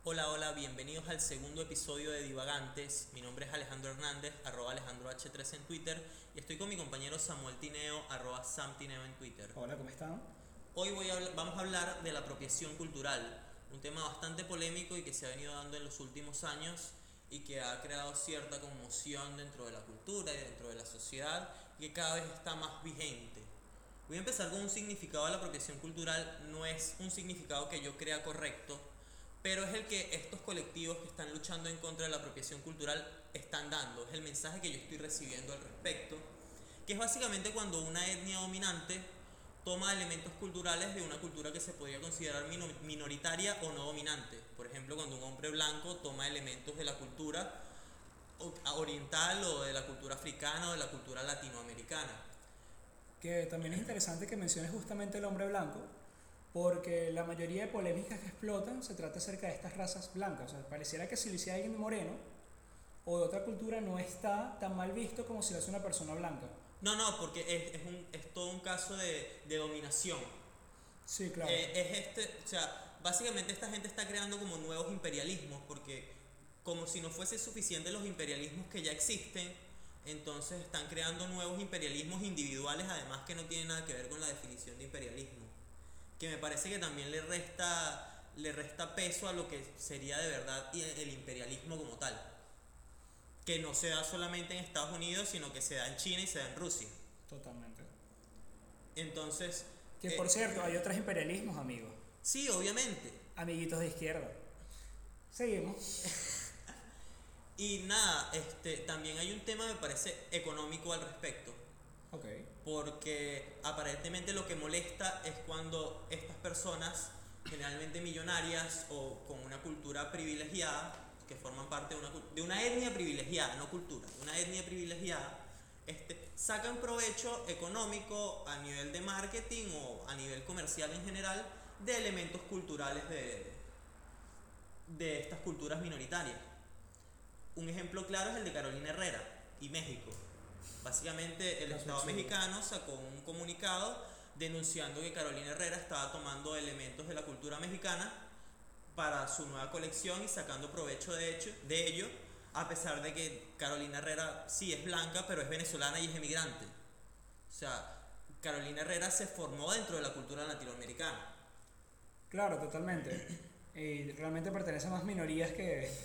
Hola, hola, bienvenidos al segundo episodio de Divagantes. Mi nombre es Alejandro Hernández, @AlejandroH3 en Twitter, y estoy con mi compañero Samuel Tineo, @SamTineo en Twitter. Hola, ¿cómo están? Hoy vamos a hablar de la apropiación cultural, un tema bastante polémico y que se ha venido dando en los últimos años y que ha creado cierta conmoción dentro de la cultura y dentro de la sociedad y que cada vez está más vigente. Voy a empezar con un significado de la apropiación cultural. No es un significado que yo crea correcto, pero es el que estos colectivos que están luchando en contra de la apropiación cultural están dando. Es el mensaje que yo estoy recibiendo al respecto, que es básicamente cuando una etnia dominante toma elementos culturales de una cultura que se podría considerar minoritaria o no dominante. Por ejemplo, cuando un hombre blanco toma elementos de la cultura oriental o de la cultura africana o de la cultura latinoamericana. Que también es interesante que menciones justamente el hombre blanco, porque la mayoría de polémicas que explotan se trata acerca de estas razas blancas. O sea, pareciera que si lo hiciera alguien moreno o de otra cultura no está tan mal visto como si lo hace una persona blanca. No, no, porque es todo un caso de dominación. Sí, claro. O sea, básicamente esta gente está creando como nuevos imperialismos, porque como si no fuese suficiente los imperialismos que ya existen, entonces están creando nuevos imperialismos individuales, además que no tienen nada que ver con la definición de imperialismo, que me parece que también le resta peso a lo que sería de verdad el imperialismo como tal, que no se da solamente en Estados Unidos, sino que se da en China y se da en Rusia. Totalmente. Entonces, Que por cierto, hay otros imperialismos, amigos. sí, obviamente. Amiguitos de izquierda. Seguimos. Y nada, también hay un tema, me parece, económico al respecto. Ok. Porque aparentemente lo que molesta es cuando estas personas, generalmente millonarias o con una cultura privilegiada, que forman parte de una etnia privilegiada, no cultura, una etnia privilegiada, sacan provecho económico a nivel de marketing o a nivel comercial en general de elementos culturales de estas culturas minoritarias. Un ejemplo claro es el de Carolina Herrera y México. Básicamente el Caso Estado absurdo. mexicano sacó un comunicado denunciando que Carolina Herrera estaba tomando elementos de la cultura mexicana para su nueva colección y sacando provecho de ello, a pesar de que Carolina Herrera sí es blanca, pero es venezolana y es emigrante. O sea, Carolina Herrera se formó dentro de la cultura latinoamericana. Claro, totalmente. Y realmente pertenece a más minorías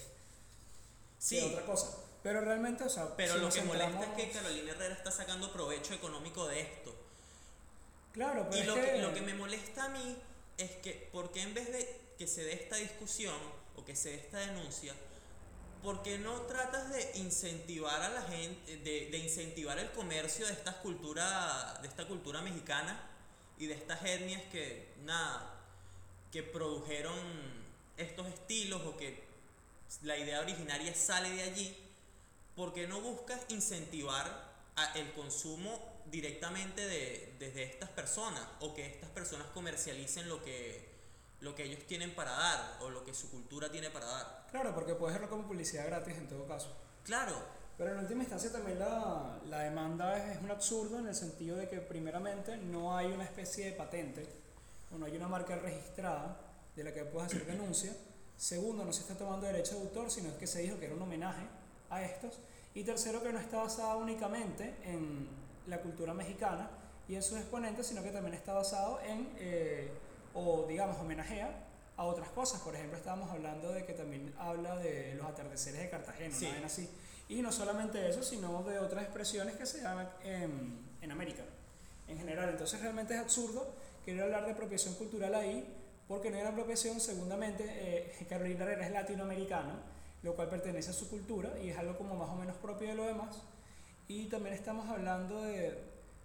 que otra Sí, cosa. Pero realmente, o sea, pero si lo nos que molesta es que centramos. Carolina Herrera está sacando provecho económico de esto. Claro, pero Y es lo que me que. molesta a mí es que, porque en vez de que se dé esta discusión o que se dé esta denuncia, ¿por qué no tratas de incentivar a la gente, de incentivar el comercio de esta cultura mexicana y de estas etnias que, nada, que produjeron estos estilos o que la idea originaria sale de allí? ¿Por qué no buscas incentivar el consumo directamente desde estas personas o que estas personas comercialicen lo que ellos tienen para dar o lo que su cultura tiene para dar? Claro, porque puedes verlo como publicidad gratis en todo caso. Claro, Pero en última instancia también la demanda es un absurdo en el sentido de que primeramente no hay una especie de patente o no hay una marca registrada de la que puedas hacer denuncia. Segundo, no se está tomando derecho de autor, sino que se dijo que era un homenaje a estos. Y tercero, que no está basada únicamente en la cultura mexicana y en sus exponentes, sino que también está basado en, o digamos, homenajea a otras cosas. Por ejemplo, estábamos hablando de que también habla de los atardeceres de Cartagena, una vez sí. así. Y no solamente eso, sino de otras expresiones que se dan en América en general. Entonces realmente es absurdo querer hablar de apropiación cultural ahí, porque no hay una apropiación. Segundamente, Carolina Herrera es latinoamericano, lo cual pertenece a su cultura y es algo como más o menos propio de lo demás. Y también estamos hablando de,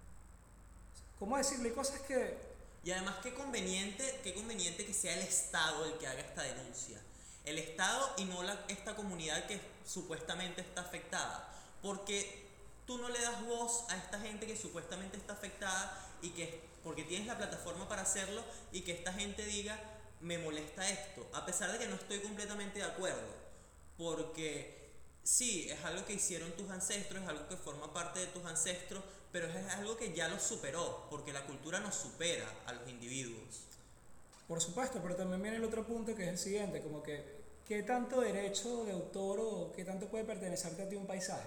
¿cómo decirle? Cosas que. Y además qué conveniente que sea el Estado el que haga esta denuncia. El Estado y no esta comunidad que supuestamente está afectada. Porque tú no le das voz a esta gente que supuestamente está afectada porque tienes la plataforma para hacerlo y que esta gente diga, me molesta esto, a pesar de que no estoy completamente de acuerdo. Porque sí, es algo que hicieron tus ancestros, es algo que forma parte de tus ancestros, pero es algo que ya los superó, porque la cultura nos supera a los individuos. Por supuesto, pero también viene el otro punto que es el siguiente, como que ¿qué tanto derecho de autor o qué tanto puede pertenecerte a ti un paisaje?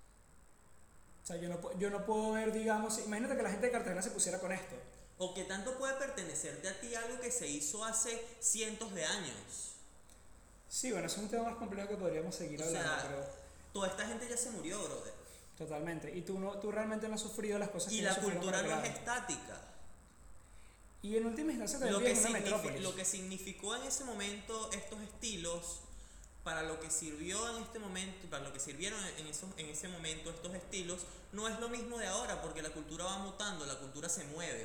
O sea, yo no puedo ver, digamos, imagínate que la gente de Cartagena se pusiera con esto. ¿O qué tanto puede pertenecerte a ti algo que se hizo hace cientos de años? Sí, bueno, eso es un tema más complejo que podríamos seguir O hablando, sea, pero toda esta gente ya se murió, brother. totalmente. Y tú, no, tú realmente no has sufrido las cosas Y que la ellos sufrieron cultura para no es crearlo. estática. Y en última instancia también es una metrópolis. Lo que significó en ese momento estos estilos, para lo que sirvió en este momento, para lo que sirvieron en ese momento estos estilos, no es lo mismo de ahora, porque la cultura va mutando, la cultura se mueve.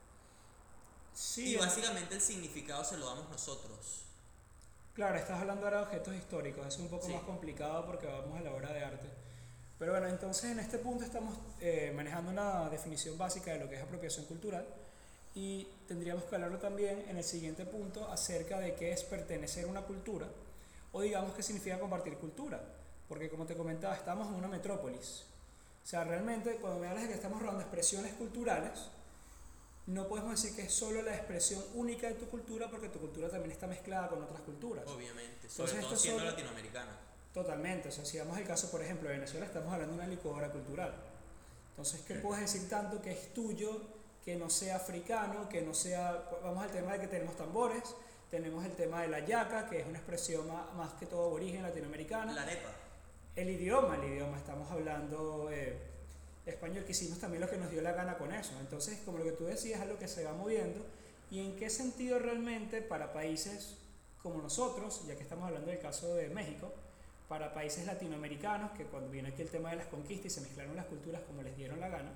Sí, Y básicamente el significado se lo damos nosotros. claro, estás hablando ahora de objetos históricos, eso es un poco Sí. más complicado porque vamos a la obra de arte. Pero bueno, entonces en este punto estamos manejando una definición básica de lo que es apropiación cultural y tendríamos que hablarlo también en el siguiente punto acerca de qué es pertenecer a una cultura o digamos qué significa compartir cultura, porque como te comentaba, estamos en una metrópolis. O sea, realmente cuando me hablas de que estamos rodando expresiones culturales, no podemos decir que es solo la expresión única de tu cultura porque tu cultura también está mezclada con otras culturas. Obviamente, sobre Entonces todo esto siendo solo, latinoamericana. totalmente, o sea, si vamos al caso, por ejemplo, de Venezuela, estamos hablando de una licuadora cultural. Entonces, ¿qué puedes decir tanto que es tuyo, que no sea africano, que no sea, vamos al tema de que tenemos tambores, tenemos el tema de la yaca, que es una expresión más que todo aborigen latinoamericana. La arepa. El idioma, estamos hablando español, que hicimos también lo que nos dio la gana con eso. Entonces, como lo que tú decías, es lo que se va moviendo. ¿Y en qué sentido realmente para países como nosotros, ya que estamos hablando del caso de México, para países latinoamericanos, que cuando viene aquí el tema de las conquistas y se mezclaron las culturas como les dieron la gana?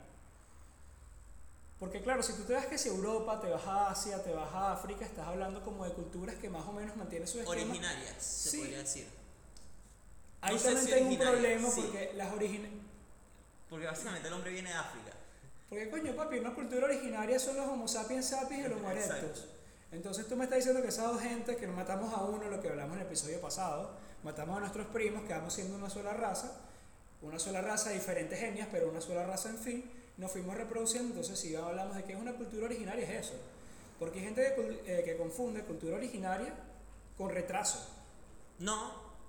Porque claro, si tú te vas que si Europa, te vas a Asia, te vas a África, estás hablando como de culturas que más o menos mantienen su esquema. Originarias, se Sí. podría decir. Ahí No sé también si tengo un originarias, problema sí. porque las originales... Porque básicamente el hombre viene de África. Porque coño, papi, una cultura originaria son los Homo sapiens sapiens y el Homo erectus. Exacto. Entonces tú me estás diciendo que esas dos gentes, que nos matamos a uno, lo que hablamos en el episodio pasado, matamos a nuestros primos, quedamos siendo una sola raza, diferentes etnias, pero una sola raza, en fin, nos fuimos reproduciendo. Entonces si hablamos de que es una cultura originaria, es eso. Porque hay gente que confunde cultura originaria con retraso. No,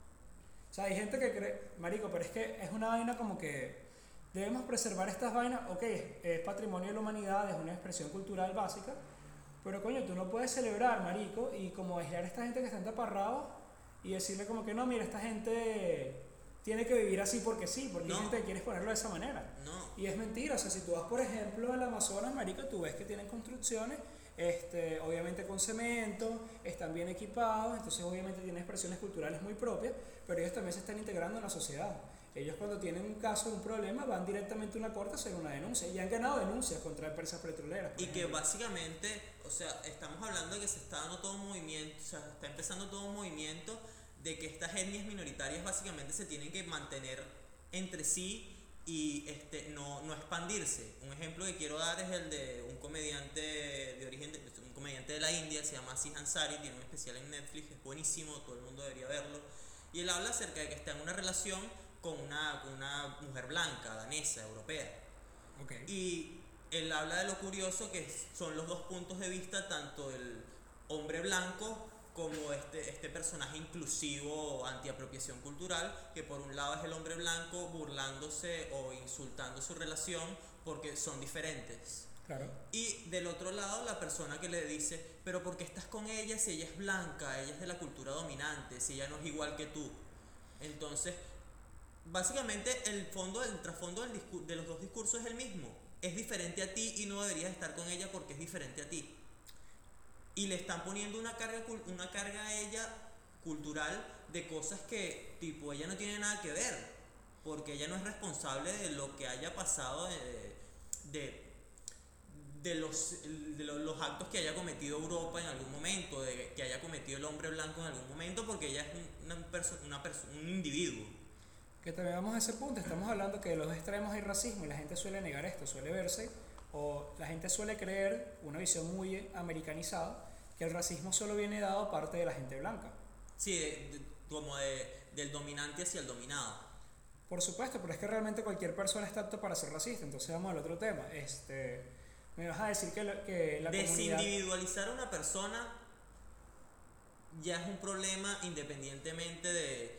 O sea, hay gente que cree, marico, pero es que es una vaina como que debemos preservar estas vainas, ok, es patrimonio de la humanidad, es una expresión cultural básica, pero coño, tú no puedes celebrar, marico, y como aislar a esta gente que está taparrados y decirle como que no, mira, esta gente tiene que vivir así porque sí, porque No. hay gente que quiere ponerlo de esa manera. no. Y es mentira, o sea, si tú vas por ejemplo al Amazonas, marico, tú ves que tienen construcciones, obviamente con cemento, están bien equipados, entonces obviamente tienen expresiones culturales muy propias, pero ellos también se están integrando en la sociedad. Ellos cuando tienen un caso, un problema, van directamente a una corte a hacer una denuncia y han ganado denuncias contra empresas petroleras. por Y que ejemplo. básicamente, o sea, estamos hablando de que se está dando todo un movimiento, o sea, está empezando todo un movimiento de que estas etnias minoritarias básicamente se tienen que mantener entre sí y no expandirse. Un ejemplo que quiero dar es el de un comediante de origen, un comediante de la India, se llama Aziz Ansari, tiene un especial en Netflix, es buenísimo, todo el mundo debería verlo. Y él habla acerca de que está en una relación con una mujer blanca, danesa, europea. Okay. Y él habla de lo curioso que son los dos puntos de vista, tanto del hombre blanco como este personaje inclusivo antiapropiación cultural, que por un lado es el hombre blanco burlándose o insultando su relación porque son diferentes. Claro. Y del otro lado la persona que le dice, pero ¿por qué estás con ella si ella es blanca, ella es de la cultura dominante, si ella no es igual que tú? Entonces, básicamente el trasfondo de los dos discursos es el mismo. Es diferente a ti y no deberías estar con ella porque es diferente a ti. Y le están poniendo una carga a ella cultural de cosas que tipo ella no tiene nada que ver, porque ella no es responsable de lo que haya pasado de, los actos que haya cometido Europa en algún momento, de que haya cometido el hombre blanco en algún momento, porque ella es un individuo. Que también vamos a ese punto, estamos hablando que de los extremos hay racismo y la gente suele negar esto, suele verse, o la gente suele creer, una visión muy americanizada, que el racismo solo viene dado a parte de la gente blanca. Sí, del dominante hacia el dominado. Por supuesto, pero es que realmente cualquier persona está apta para ser racista, entonces vamos al otro tema. Me vas a decir que la comunidad... Desindividualizar a una persona ya es un problema independientemente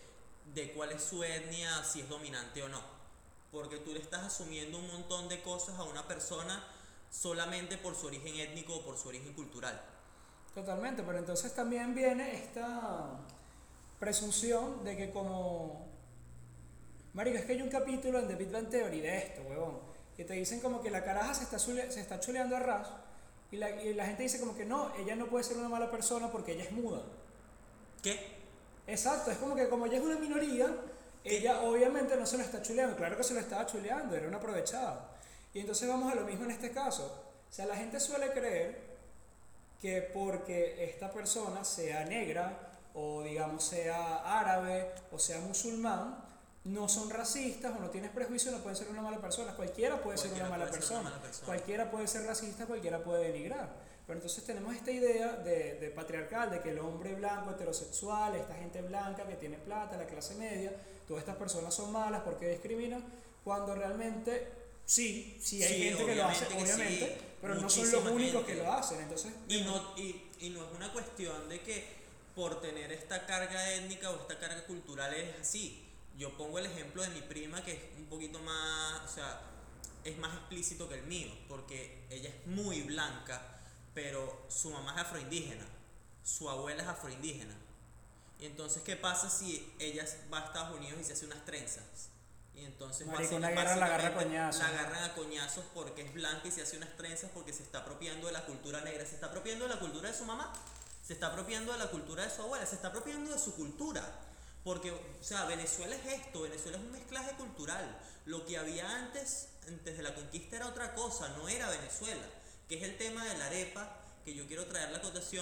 de cuál es su etnia, si es dominante o no. Porque tú le estás asumiendo un montón de cosas a una persona solamente por su origen étnico o por su origen cultural. Totalmente, pero entonces también viene esta presunción de que como... Marico, es que hay un capítulo en The Big Bang Theory de esto, huevón, que te dicen como que la caraja se está chuleando a ras y la gente dice como que no, ella no puede ser una mala persona porque ella es muda. ¿Qué? Exacto, es como que como ella es una minoría, ella obviamente no se lo está chuleando, claro que se lo estaba chuleando, era una aprovechada. Y entonces vamos a lo mismo en este caso. O sea, la gente suele creer que porque esta persona sea negra o digamos sea árabe o sea musulmán, no son racistas o no tienes prejuicio, no pueden ser una mala persona. Cualquiera puede ser una mala persona. Cualquiera puede ser racista, cualquiera puede denigrar. Pero entonces tenemos esta idea de patriarcal, de que el hombre blanco, heterosexual, esta gente blanca que tiene plata, la clase media, todas estas personas son malas porque discriminan, cuando realmente sí hay gente que lo hace, obviamente, sí, pero no son los únicos que lo hacen. Entonces, y no es una cuestión de que por tener esta carga étnica o esta carga cultural es así. Yo pongo el ejemplo de mi prima, que es un poquito más, o sea, es más explícito que el mío, porque ella es muy blanca, pero su mamá es afroindígena, su abuela es afroindígena. Y entonces, ¿qué pasa si ella va a Estados Unidos y se hace unas trenzas? Y entonces marico, la agarran a coñazos. La agarran a coñazos porque es blanca y se hace unas trenzas porque se está apropiando de la cultura negra, se está apropiando de la cultura de su mamá, se está apropiando de la cultura de su abuela, se está apropiando de su cultura. Porque, o sea, Venezuela es esto, Venezuela es un mezclaje cultural. Lo que había antes de la conquista era otra cosa, no era Venezuela. Que es el tema de la arepa, que yo quiero traer la acotación,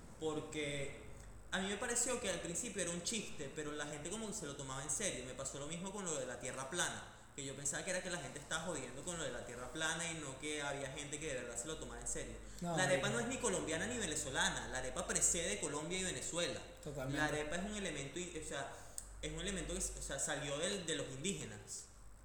porque a mí me pareció que al principio era un chiste, pero la gente como que se lo tomaba en serio. Me pasó lo mismo con lo de la tierra plana, que yo pensaba que era que la gente estaba jodiendo con lo de la tierra plana y no que había gente que de verdad se lo tomaba en serio. No, la arepa no es ni colombiana ni venezolana, la arepa precede Colombia y Venezuela. Totalmente. La arepa es un elemento, o sea, es un elemento que, o sea, salió de los indígenas.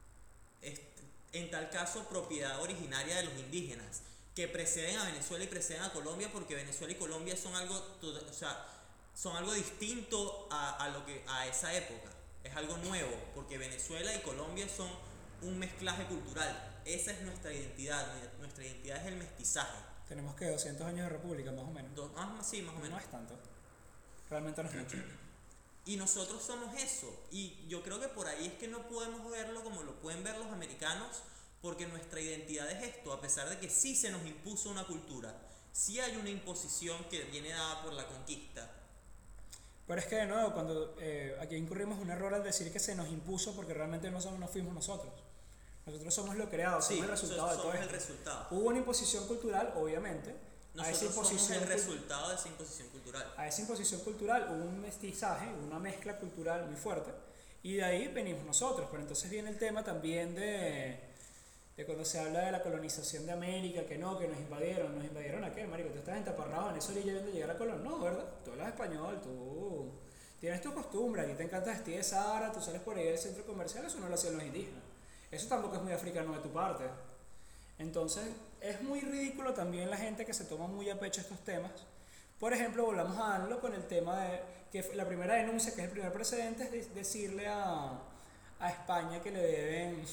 En tal caso, propiedad originaria de los indígenas, que preceden a Venezuela y preceden a Colombia, porque Venezuela y Colombia son algo, o sea, son algo distinto a esa época. Es algo nuevo, porque Venezuela y Colombia son un mezclaje cultural. Esa es nuestra identidad es el mestizaje. Tenemos que 200 años de república, más o menos. Sí, más o menos. No es tanto. Realmente no es mucho. Y nosotros somos eso. Y yo creo que por ahí es que no podemos verlo como lo pueden ver los americanos, porque nuestra identidad es esto, a pesar de que sí se nos impuso una cultura, sí hay una imposición que viene dada por la conquista. Pero es que de nuevo, cuando aquí incurrimos un error al decir que se nos impuso, porque realmente no fuimos nosotros. Nosotros somos lo creado, sí, somos el resultado de todo esto. El resultado. Hubo una imposición cultural, obviamente. Nosotros somos el resultado de esa imposición cultural. A esa imposición cultural hubo un mestizaje, una mezcla cultural muy fuerte, y de ahí venimos nosotros. Pero entonces viene el tema también de cuando se habla de la colonización de América, que nos invadieron a qué, marico, tú estás entaparrado en esa orilla de llegar a Colón, no, ¿verdad? Tú hablas español, tú tienes tu costumbre, a ti te encanta vestir de Sahara, tú sales por ahí del centro comercial, eso no lo hacían los indígenas, eso tampoco es muy africano de tu parte. Entonces es muy ridículo también la gente que se toma muy a pecho estos temas. Por ejemplo, volvamos a darlo con el tema de que la primera denuncia, que es el primer precedente, es decirle a España que le deben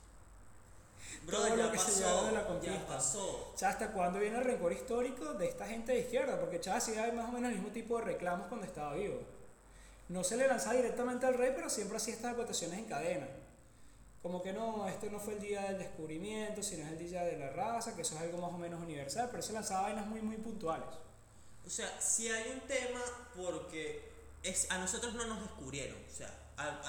todo lo que se llevó de la conquista. Ya hasta cuándo viene el rencor histórico de esta gente de izquierda, porque Chávez sí hay más o menos el mismo tipo de reclamos cuando estaba vivo. No se le lanzaba directamente al rey, pero siempre hacía estas acotaciones en cadena. Como que no, este no fue el día del descubrimiento, sino es el día de la raza, que eso es algo más o menos universal, pero se lanzaba vainas muy, muy puntuales. O sea, si hay un tema porque a nosotros no nos descubrieron, o sea,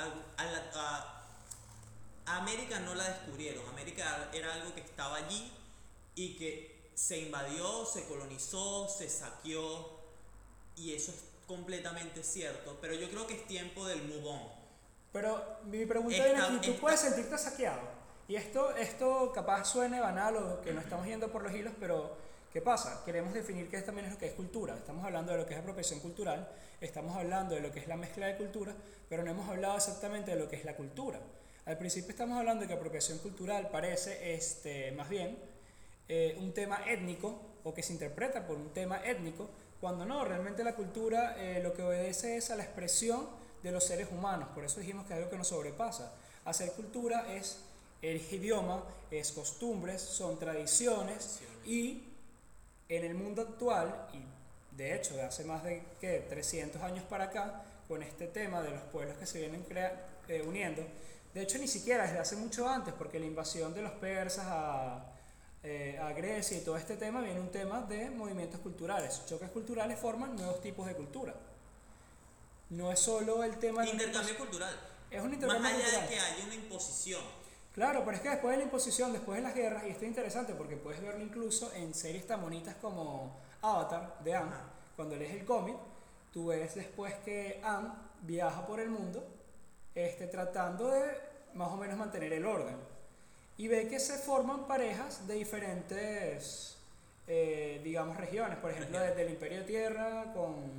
a América no la descubrieron, América era algo que estaba allí y que se invadió, se colonizó, se saqueó, y eso es completamente cierto, pero yo creo que es tiempo del move on. Pero mi pregunta viene aquí, ¿tú puedes sentirte saqueado? Y esto capaz suene banal o que no estamos yendo por los hilos, pero ¿qué pasa? Queremos definir qué también es lo que es cultura. Estamos hablando de lo que es apropiación cultural, estamos hablando de lo que es la mezcla de culturas, pero no hemos hablado exactamente de lo que es la cultura. Al principio estamos hablando de que apropiación cultural parece más bien un tema étnico, o que se interpreta por un tema étnico, cuando no, realmente la cultura lo que obedece es a la expresión de los seres humanos, por eso dijimos que es algo que nos sobrepasa. Hacer cultura es el idioma, es costumbres, son tradiciones y en el mundo actual, y de hecho de hace más de 300 años para acá, con este tema de los pueblos que se vienen uniendo, de hecho ni siquiera desde hace mucho antes, porque la invasión de los persas a Grecia y todo este tema viene un tema de movimientos culturales. Choques culturales forman nuevos tipos de cultura. No es solo el tema de intercambio cultural. Es un intercambio más allá cultural. de que haya una imposición. Claro, pero es que después de la imposición, después de las guerras, y esto es interesante porque puedes verlo incluso en series tan bonitas como Avatar de Aang, cuando lees el cómic, tú ves después que Aang viaja por el mundo tratando de más o menos mantener el orden y ve que se forman parejas de diferentes, digamos, regiones, por ejemplo, desde el Imperio de Tierra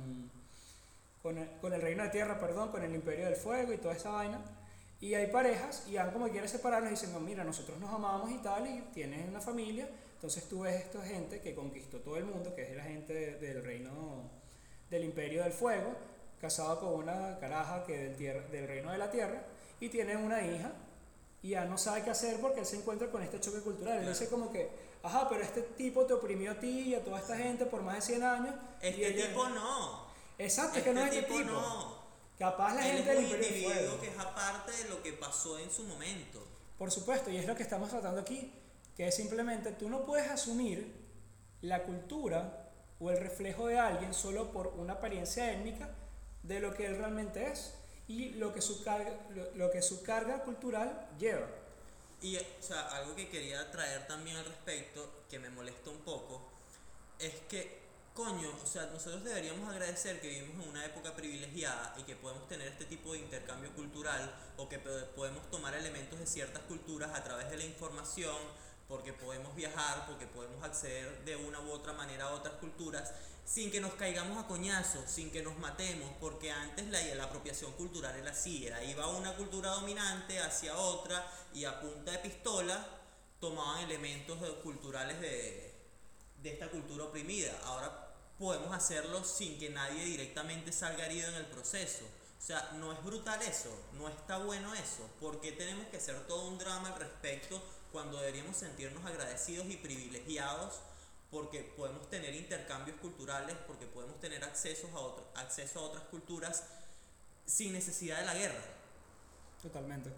con el Reino de Tierra, perdón, con el Imperio del Fuego y toda esa vaina. Y hay parejas y Aang como quiere separarlos y dicen, no, mira, nosotros nos amamos y tal, y tienes una familia. Entonces tú ves esta gente que conquistó todo el mundo, que es la gente del reino del Imperio del Fuego, casado con una caraja que del reino de la Tierra, y tienen una hija, y ya no sabe qué hacer porque él se encuentra con este choque cultural. Él dice como que, ajá, pero este tipo te oprimió a ti y a toda esta gente por más de 100 años. Este tipo no. Exacto, es que no es este tipo. No. Capaz la gente del Imperio del Fuego. Es un individuo que es aparte de lo que pasó en su momento. Por supuesto, y es lo que estamos tratando aquí, que es simplemente tú no puedes asumir la cultura o el reflejo de alguien solo por una apariencia étnica de lo que él realmente es y lo que su carga cultural lleva. Y, o sea, algo que quería traer también al respecto, que me molesta un poco, es que, coño, o sea, nosotros deberíamos agradecer que vivimos en una época privilegiada y que podemos tener este tipo de intercambio cultural o que podemos tomar elementos de ciertas culturas a través de la información, porque podemos viajar, porque podemos acceder de una u otra manera a otras culturas sin que nos caigamos a coñazos, sin que nos matemos, porque antes la apropiación cultural era así, iba una cultura dominante hacia otra y a punta de pistola tomaban elementos culturales de esta cultura oprimida. Ahora podemos hacerlo sin que nadie directamente salga herido en el proceso. O sea, no es brutal eso, no está bueno eso. ¿Por qué tenemos que hacer todo un drama al respecto cuando deberíamos sentirnos agradecidos y privilegiados porque podemos tener intercambios culturales, porque podemos tener acceso a otras culturas sin necesidad de la guerra? Totalmente.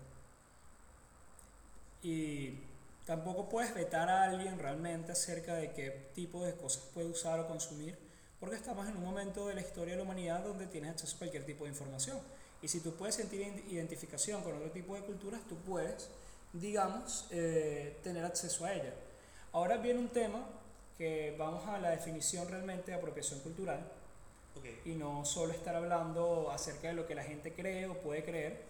Y tampoco puedes vetar a alguien realmente acerca de qué tipo de cosas puede usar o consumir, porque estamos en un momento de la historia de la humanidad donde tienes acceso a cualquier tipo de información. Y si tú puedes sentir identificación con otro tipo de culturas, tú puedes, digamos, tener acceso a ella. Ahora viene un tema que vamos a la definición realmente de apropiación cultural. Okay. Y no solo estar hablando acerca de lo que la gente cree o puede creer.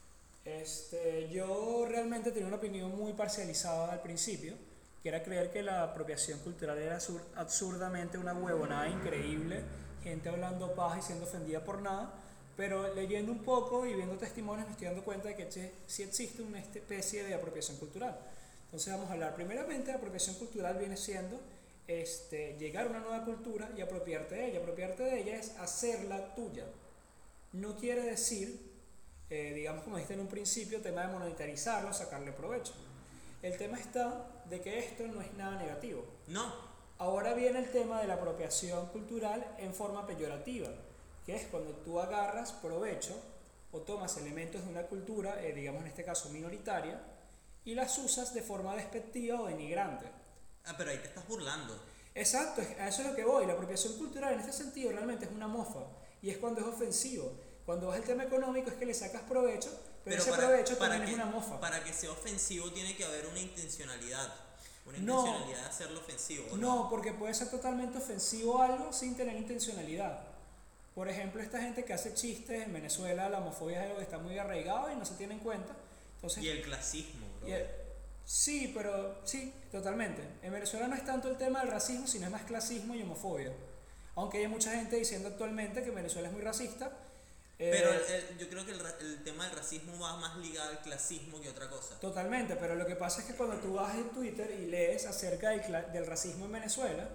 Yo realmente tenía una opinión muy parcializada al principio, que era creer que la apropiación cultural era absurdamente una huevonada increíble, gente hablando paja y siendo ofendida por nada, pero leyendo un poco y viendo testimonios me estoy dando cuenta de que sí existe una especie de apropiación cultural. Entonces vamos a hablar primeramente de apropiación cultural. Viene siendo llegar a una nueva cultura y apropiarte de ella. Apropiarte de ella es hacerla tuya. No quiere decir, digamos como dijiste en un principio, tema de monetarizarlo, sacarle provecho. El tema está de que esto no es nada negativo. No. Ahora viene el tema de la apropiación cultural en forma peyorativa, que es cuando tú agarras provecho o tomas elementos de una cultura, digamos en este caso minoritaria, y las usas de forma despectiva o denigrante. Ah, pero ahí te estás burlando. Exacto, a eso es lo que voy. La apropiación cultural en este sentido realmente es una mofa, y es cuando es ofensivo. Cuando vas al tema económico es que le sacas provecho, pero ese provecho también es una mofa. Para que sea ofensivo tiene que haber una intencionalidad. Una intencionalidad de hacerlo ofensivo. No, porque puede ser totalmente ofensivo algo sin tener intencionalidad. Por ejemplo, esta gente que hace chistes en Venezuela, la homofobia es algo que está muy arraigado y no se tiene en cuenta. Entonces, y el clasismo, bro. Sí, pero sí, totalmente. En Venezuela no es tanto el tema del racismo, sino es más clasismo y homofobia. Aunque hay mucha gente diciendo actualmente que Venezuela es muy racista. Pero yo creo que el tema del racismo va más ligado al clasismo que otra cosa. Totalmente, pero lo que pasa es que cuando tú vas en Twitter y lees acerca del racismo en Venezuela,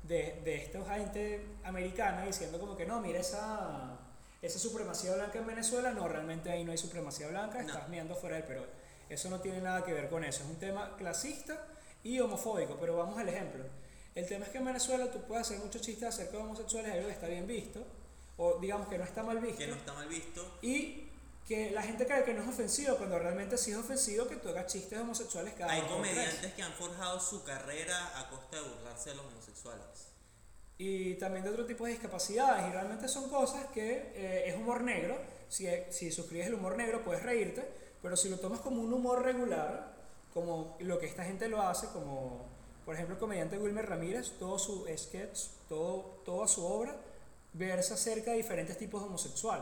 de esta gente americana diciendo como que no, mira esa supremacía blanca en Venezuela, no, realmente ahí no hay supremacía blanca, estás mirando fuera del Perú. Eso no tiene nada que ver con eso, es un tema clasista y homofóbico, pero vamos al ejemplo. El tema es que en Venezuela tú puedes hacer muchos chistes acerca de homosexuales, algo que está bien visto, o digamos que no está mal visto. Que no está mal visto. Y que la gente cree que no es ofensivo, cuando realmente sí es ofensivo que tú hagas chistes homosexuales cada Hay dos por tres. comediantes que han forjado su carrera a costa de burlarse de los homosexuales. Y también de otro tipo de discapacidades, y realmente son cosas que es humor negro. Si suscribes el humor negro puedes reírte, pero si lo tomas como un humor regular, como lo que esta gente lo hace, como por ejemplo el comediante Wilmer Ramírez, todo su sketch, toda su obra versa acerca de diferentes tipos de homosexuales.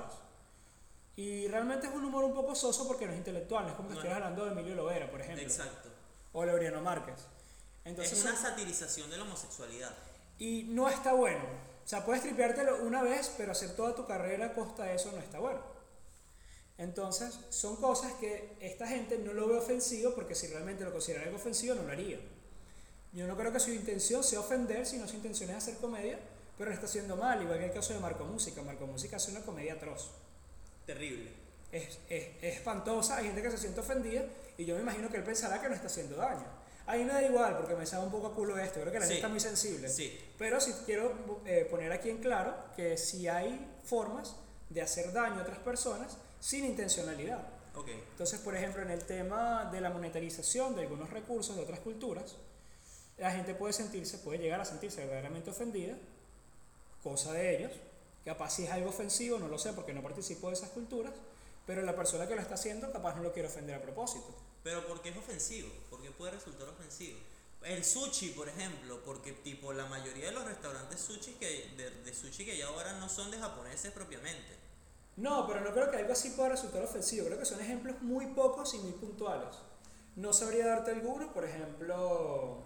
Y realmente es un humor un poco soso porque no es intelectual, no es como que estuvieras hablando de Emilio Lovera, por ejemplo. Exacto. O Laureano Márquez. Entonces, es una satirización de la homosexualidad. Y no está bueno. O sea, puedes tripeártelo una vez, pero hacer toda tu carrera a costa de eso no está bueno. Entonces, son cosas que esta gente no lo ve ofensivo porque si realmente lo considera algo ofensivo no lo haría. Yo no creo que su intención sea ofender, sino su intención es hacer comedia, pero lo está haciendo mal, igual que el caso de Marco Música. Marco Música hace una comedia atroz. Terrible. Es espantosa, hay gente que se siente ofendida y yo me imagino que él pensará que no está haciendo daño. A mí me da igual porque me sabe un poco a culo esto, creo que la gente está muy sensible. Sí. Pero sí quiero poner aquí en claro que sí hay formas de hacer daño a otras personas sin intencionalidad. Okay. Entonces, por ejemplo, en el tema de la monetarización de algunos recursos de otras culturas, la gente puede llegar a sentirse verdaderamente ofendida, cosa de ellos. Capaz si es algo ofensivo, no lo sé porque no participo de esas culturas, pero la persona que lo está haciendo capaz no lo quiere ofender a propósito. Pero ¿por qué es ofensivo? ¿Por qué puede resultar ofensivo? El sushi, por ejemplo, porque tipo la mayoría de los restaurantes sushi de sushi que hay ahora no son de japoneses propiamente. No, pero no creo que algo así pueda resultar ofensivo, creo que son ejemplos muy pocos y muy puntuales. No sabría darte alguno, por ejemplo...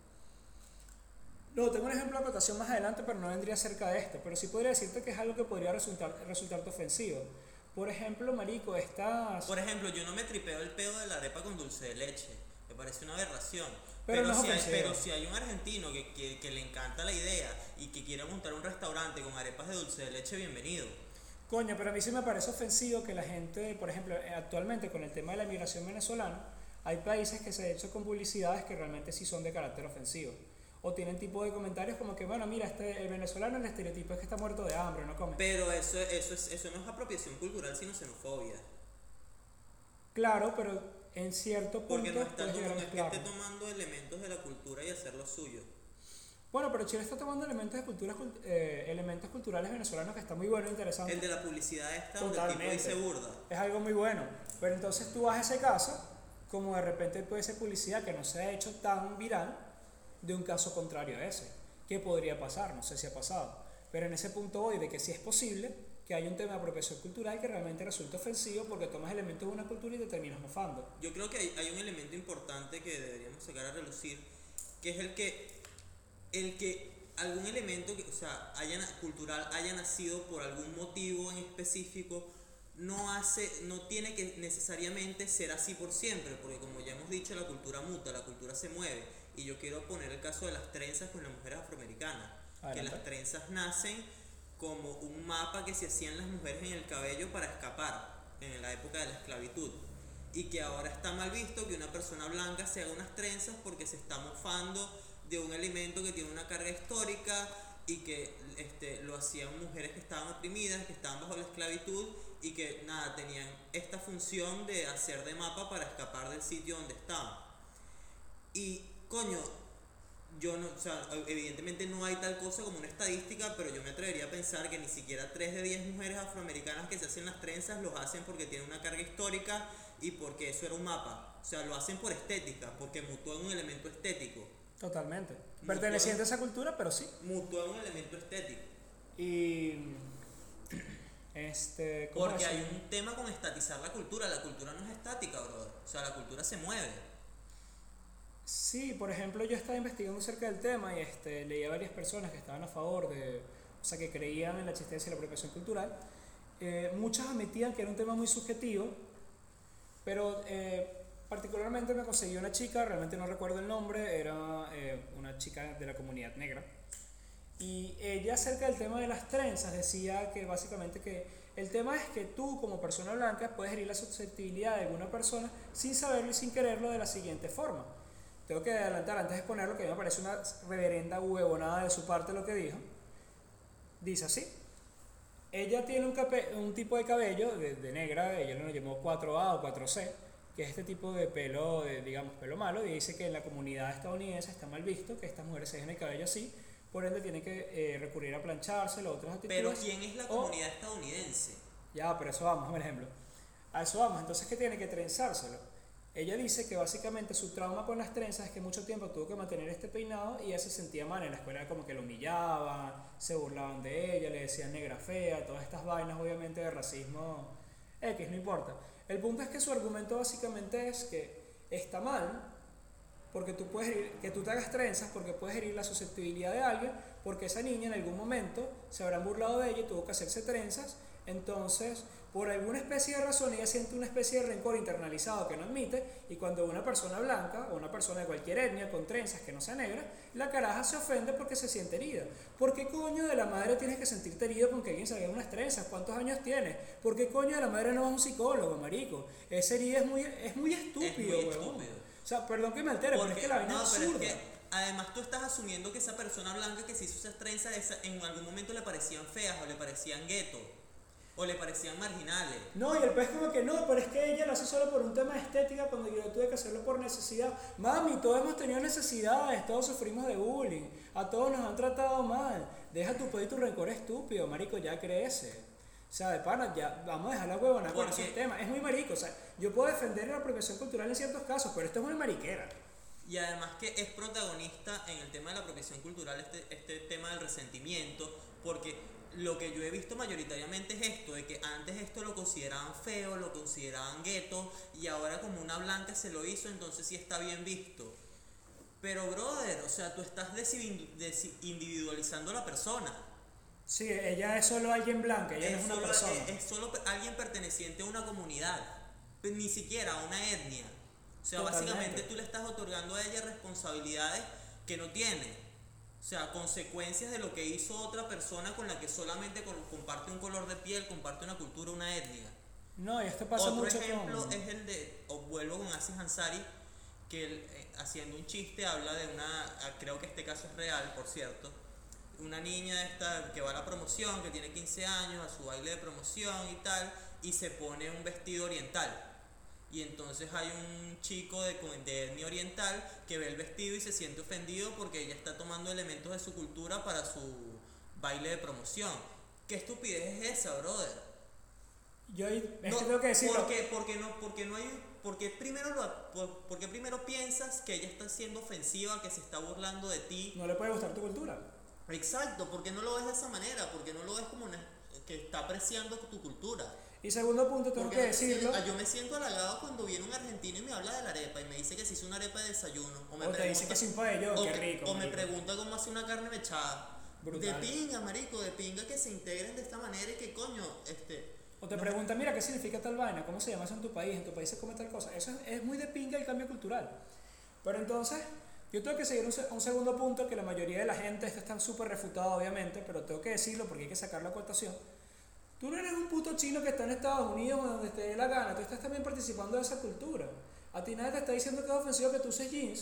No, tengo un ejemplo de acotación más adelante, pero no vendría cerca de esto. Pero sí podría decirte que es algo que podría resultarte ofensivo. Por ejemplo, marico, Por ejemplo, yo no me tripeo el pedo de la arepa con dulce de leche. Me parece una aberración. Pero Si hay un argentino que le encanta la idea y que quiere montar un restaurante con arepas de dulce de leche, bienvenido. Coño, pero a mí sí me parece ofensivo que la gente, por ejemplo, actualmente con el tema de la migración venezolana, hay países que se han hecho con publicidades que realmente sí son de carácter ofensivo. O tienen tipo de comentarios como que, bueno, mira, el venezolano, el estereotipo es que está muerto de hambre, no come. Pero eso no es apropiación cultural, sino xenofobia. Claro, pero en cierto punto... Porque no es que esté tomando elementos de la cultura y hacerlo suyo. Bueno, pero Chile está tomando elementos culturales venezolanos que está muy bueno e interesante. El de la publicidad esta donde el tipo dice burda. Es algo muy bueno. Pero entonces tú vas a ese caso, como de repente puede ser publicidad que no se ha hecho tan viral, de un caso contrario a ese. ¿Qué podría pasar? No sé si ha pasado. Pero en ese punto hoy de que sí es posible que haya un tema de apropiación cultural que realmente resulta ofensivo porque tomas elementos de una cultura y te terminas mofando. Yo creo que hay un elemento importante que deberíamos sacar a relucir, que es el que algún elemento cultural haya nacido por algún motivo en específico no tiene que necesariamente ser así por siempre, porque como ya hemos dicho, la cultura muta, la cultura se mueve. Y yo quiero poner el caso de las trenzas con las mujeres afroamericanas. Adelante. Que las trenzas nacen como un mapa que se hacían las mujeres en el cabello para escapar en la época de la esclavitud. Y que ahora está mal visto que una persona blanca se haga unas trenzas porque se está mofando de un elemento que tiene una carga histórica y que lo hacían mujeres que estaban oprimidas, que estaban bajo la esclavitud y que nada, tenían esta función de hacer de mapa para escapar del sitio donde estaban. Y coño, evidentemente no hay tal cosa como una estadística, pero yo me atrevería a pensar que ni siquiera 3 de 10 mujeres afroamericanas que se hacen las trenzas los hacen porque tienen una carga histórica y porque eso era un mapa. O sea, lo hacen por estética, porque mutó en un elemento estético. Totalmente. Perteneciente a esa cultura, pero sí. Mutó en un elemento estético. Y... porque hay un tema con estatizar la cultura no es estática, brother. O sea, la cultura se mueve. Sí, por ejemplo, yo estaba investigando acerca del tema y leí a varias personas que estaban a favor que creían en la existencia de la apropiación cultural. Muchas admitían que era un tema muy subjetivo, pero particularmente me conseguí una chica, realmente no recuerdo el nombre, era una chica de la comunidad negra, Y ella acerca del tema de las trenzas decía que básicamente que el tema es que tú como persona blanca puedes herir la susceptibilidad de alguna persona sin saberlo y sin quererlo de la siguiente forma. Tengo que adelantar antes de exponerlo que a mí me parece una reverenda huevonada de su parte lo que dijo. Dice así: ella tiene un tipo de cabello de negra, ella lo llamó 4A o 4C, que es este tipo de pelo, digamos, pelo malo, y dice que en la comunidad estadounidense está mal visto que estas mujeres se dejen el cabello así, por ende tienen que recurrir a planchárselo, otras actitudes. Pero ¿quién es la comunidad estadounidense? Ya, pero eso vamos, por ejemplo. A eso vamos, entonces, ¿qué tiene que trenzárselo? Ella dice que básicamente su trauma con las trenzas es que mucho tiempo tuvo que mantener este peinado y ella se sentía mal en la escuela, como que lo humillaban, se burlaban de ella, le decían negra fea, todas estas vainas obviamente de racismo X, no importa. El punto es que su argumento básicamente es que está mal porque tú puedes herir, que tú te hagas trenzas porque puedes herir la susceptibilidad de alguien, porque esa niña en algún momento se habrán burlado de ella y tuvo que hacerse trenzas. Entonces, por alguna especie de razón, ella siente una especie de rencor internalizado que no admite, y cuando una persona blanca o una persona de cualquier etnia con trenzas que no sea negra, la caraja se ofende porque se siente herida. ¿Por qué coño de la madre tienes que sentirte herido con que alguien se haga unas trenzas? ¿Cuántos años tienes? ¿Por qué coño de la madre no vas a un psicólogo, marico? Esa herida es muy estúpido, weón. O sea, perdón que me altere, pero es que la vaina es absurda. Pero es que además tú estás asumiendo que esa persona blanca que se hizo esas trenzas en algún momento le parecían feas o le parecían gueto o le parecían marginales. No, y el pez como que no, pero es que ella lo hace solo por un tema de estética cuando yo tuve que hacerlo por necesidad. Mami, todos hemos tenido necesidades, todos sufrimos de bullying, a todos nos han tratado mal. Deja tu pedo y tu rencor estúpido, marico, ya crece. O sea, de pana, ya vamos a dejar la huevona con esos temas. Es muy marico, o sea, yo puedo defender la apropiación cultural en ciertos casos, pero esto es muy mariquera. Y además que es protagonista en el tema de la apropiación cultural este tema del resentimiento, porque lo que yo he visto mayoritariamente es esto, de que antes esto lo consideraban feo, lo consideraban gueto, y ahora como una blanca se lo hizo, entonces sí está bien visto. Pero brother, o sea, tú estás desindividualizando a la persona. Sí, ella es solo alguien blanca, ella no es una persona. Es solo alguien perteneciente a una comunidad, ni siquiera a una etnia. O sea, Totalmente. básicamente tú le estás otorgando a ella responsabilidades que no tiene. O sea, consecuencias de lo que hizo otra persona con la que solamente comparte un color de piel, comparte una cultura, una etnia. No, y esto pasa Otro mucho ejemplo con... es el de, vuelvo con Aziz Ansari, que él, haciendo un chiste habla de creo que este caso es real, por cierto, una niña esta que va a la promoción, que tiene 15 años, a su baile de promoción y tal, y se pone un vestido oriental. Y entonces hay un chico de etnia oriental que ve el vestido y se siente ofendido porque ella está tomando elementos de su cultura para su baile de promoción. ¿Qué estupidez es esa, brother? Yo tengo que decirlo. Porque primero piensas que ella está siendo ofensiva, que se está burlando de ti. No le puede gustar tu cultura. Exacto, porque no lo ves de esa manera, porque no lo ves como que está apreciando tu cultura. Y segundo punto, tengo que decirlo. Yo me siento halagado cuando viene un argentino y me habla de la arepa y me dice que se hizo una arepa de desayuno. O te dice que sin pabellón, qué rico. O me pregunta cómo hace una carne mechada. Brutal. De pinga, marico, de pinga que se integren de esta manera y que coño, O te pregunta, mira, ¿qué significa tal vaina? ¿Cómo se llama eso en tu país? ¿En tu país se come tal cosa? Eso es muy de pinga el cambio cultural. Pero entonces, yo tengo que seguir un segundo punto que la mayoría de la gente, esto está súper refutado obviamente, pero tengo que decirlo porque hay que sacar la cotación. Tú no eres un puto chino que está en Estados Unidos o donde te dé la gana, tú estás también participando de esa cultura. A ti nadie te está diciendo que es ofensivo que tú uses jeans.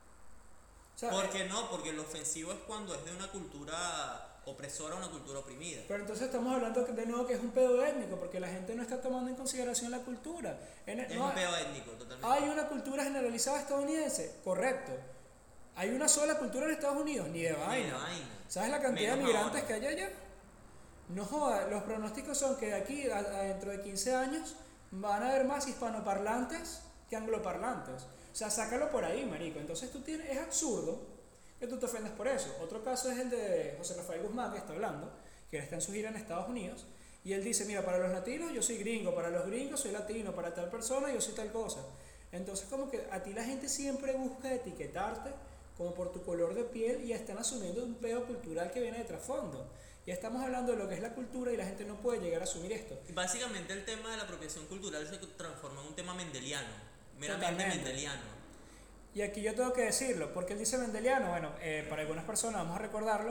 O sea, ¿por qué no? Porque lo ofensivo es cuando es de una cultura opresora a una cultura oprimida. Pero entonces estamos hablando de nuevo que es un pedo étnico, porque la gente no está tomando en consideración la cultura. Es un pedo étnico, totalmente. ¿Hay una cultura generalizada estadounidense? Correcto. ¿Hay una sola cultura en Estados Unidos? Ni de vaina. ¿Sabes la cantidad de migrantes que hay allá? No joda, los pronósticos son que de aquí a dentro de 15 años van a haber más hispanoparlantes que angloparlantes. O sea, sácalo por ahí, marico. Entonces es absurdo que tú te ofendas por eso. Otro caso es el de José Rafael Guzmán, que está hablando, que él está en su gira en Estados Unidos, y él dice, mira, para los latinos yo soy gringo, para los gringos soy latino, para tal persona yo soy tal cosa. Entonces como que a ti la gente siempre busca etiquetarte como por tu color de piel y están asumiendo un pedo cultural que viene de trasfondo. Ya estamos hablando de lo que es la cultura y la gente no puede llegar a asumir esto. Básicamente el tema de la apropiación cultural se transforma en un tema mendeliano, meramente mendeliano. Y aquí yo tengo que decirlo, porque él dice mendeliano, bueno, para algunas personas, vamos a recordarlo,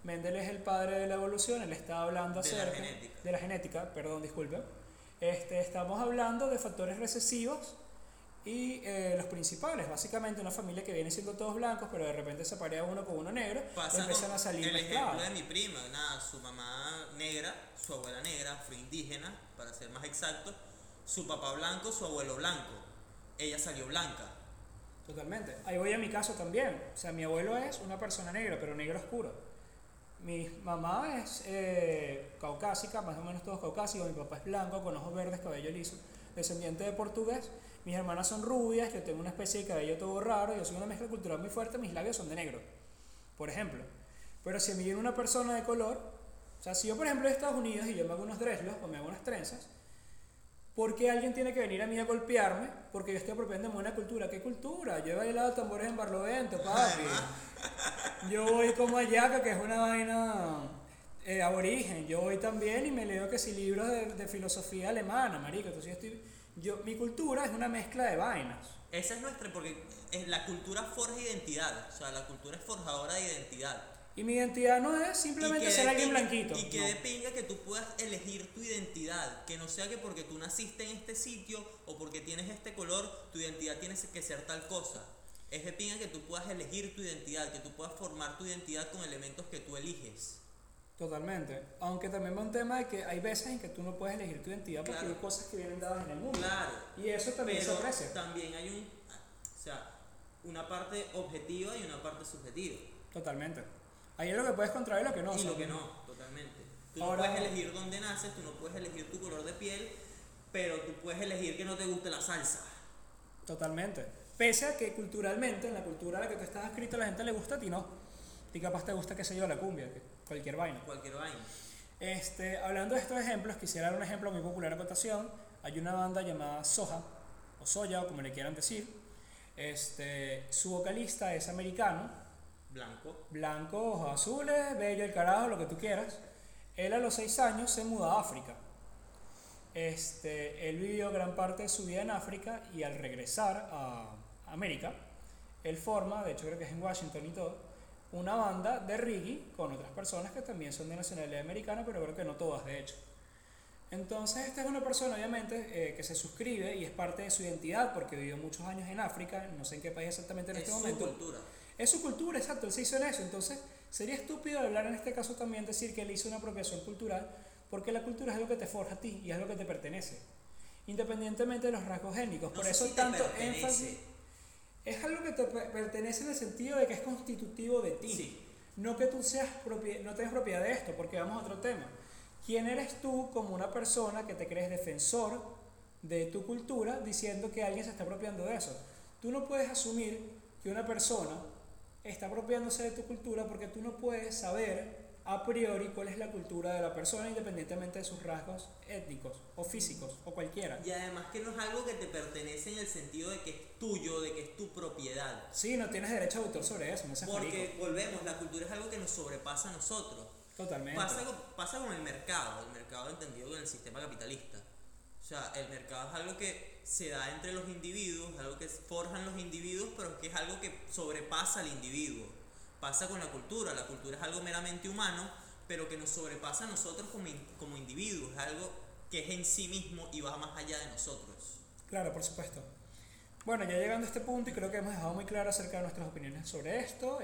Mendel es el padre de la evolución, él está hablando De la acerca genética. de la genética, perdón, disculpe. Estamos hablando de factores recesivos y los principales, básicamente una familia que viene siendo todos blancos, pero de repente se parea uno con uno negro y Pasa empiezan con a salir el ejemplo mezclados. de mi prima, nada, su mamá negra, su abuela negra, afroindígena, para ser más exacto, su papá blanco, su abuelo blanco. Ella salió blanca. Totalmente. Ahí voy a mi caso también. O sea, mi abuelo es una persona negra, pero negro oscuro. Mi mamá es caucásica, más o menos todos caucásicos. Mi papá es blanco, con ojos verdes, cabello liso, descendiente de portugués. Mis hermanas son rubias, yo tengo una especie de cabello todo raro, yo soy una mezcla cultural muy fuerte, mis labios son de negro, por ejemplo. Pero si a mí viene una persona de color, o sea, si yo por ejemplo en Estados Unidos y yo me hago unos dreadlocks o me hago unas trenzas, ¿por qué alguien tiene que venir a mí a golpearme? Porque yo estoy apropiándome de una cultura. ¿Qué cultura? Yo he bailado tambores en Barlovento, papi. Yo voy como a Yaca, que es una vaina aborigen. Yo voy también y me leo que si libros de filosofía alemana, marico. Entonces mi cultura es una mezcla de vainas. Esa es nuestra, porque la cultura forja identidad, o sea, la cultura es forjadora de identidad. Y mi identidad no es simplemente ser alguien blanquito. Y que no. de pinga que tú puedas elegir tu identidad, que no sea que porque tú naciste en este sitio o porque tienes este color, tu identidad tiene que ser tal cosa. Es de pinga que tú puedas elegir tu identidad, que tú puedas formar tu identidad con elementos que tú eliges. Totalmente. Aunque también va un tema de que hay veces en que tú no puedes elegir tu identidad porque Claro. hay cosas que vienen dadas en el mundo. Claro. Y eso también se Pero aprecia. también hay o sea, una parte objetiva y una parte subjetiva. Totalmente. Ahí es lo que puedes controlar y lo que no. Y o sea, lo que no, totalmente. Tú Ahora- no puedes elegir dónde naces, tú no puedes elegir tu color de piel, pero tú puedes elegir que no te guste la salsa. Totalmente. Pese a que culturalmente, en la cultura a la que tú estás adscrito, a la gente le gusta, a ti no. A ti capaz te gusta, qué sé yo, la cumbia, cualquier vaina. Cualquier vaina. Hablando de estos ejemplos, quisiera dar un ejemplo muy popular a cotación. Hay una banda llamada Soja, o Soya, o como le quieran decir. Su vocalista es americano, Blanco. ojos azules, bello el carajo, lo que tú quieras. Él a los 6 años se muda a África. Él vivió gran parte de su vida en África y al regresar a América, él forma, de hecho creo que es en Washington y todo, una banda de reggae con otras personas que también son de nacionalidad americana, pero creo que no todas de hecho. Entonces esta es una persona obviamente que se suscribe y es parte de su identidad porque vivió muchos años en África, no sé en qué país exactamente en Es este su momento. cultura. Es su cultura, exacto, él se hizo en eso. Entonces, sería estúpido hablar en este caso también decir que él hizo una apropiación cultural, porque la cultura es algo que te forja a ti y es algo que te pertenece, independientemente de los rasgos étnicos. No Por sé eso si te tanto pertenece. énfasis. Es algo que te pertenece en el sentido de que es constitutivo de ti. Sí. No que tú no tengas propiedad de esto, porque vamos a otro tema. ¿Quién eres tú como una persona que te crees defensor de tu cultura diciendo que alguien se está apropiando de eso? Tú no puedes asumir que una persona está apropiándose de tu cultura porque tú no puedes saber a priori cuál es la cultura de la persona independientemente de sus rasgos étnicos o físicos o cualquiera. Y además que no es algo que te pertenece en el sentido de que es tuyo, de que es tu propiedad. Sí, no tienes derecho de autor sobre eso, no seas Porque marico. volvemos, la cultura es algo que nos sobrepasa a nosotros. Totalmente. Pasa con el mercado entendido en el sistema capitalista. O sea, el mercado es algo que se da entre los individuos, algo que forjan los individuos, pero que es algo que sobrepasa al individuo. Pasa con la cultura es algo meramente humano, pero que nos sobrepasa a nosotros como individuos, es algo que es en sí mismo y va más allá de nosotros. Claro, por supuesto. Bueno, ya llegando a este punto y creo que hemos dejado muy claro acerca de nuestras opiniones sobre esto,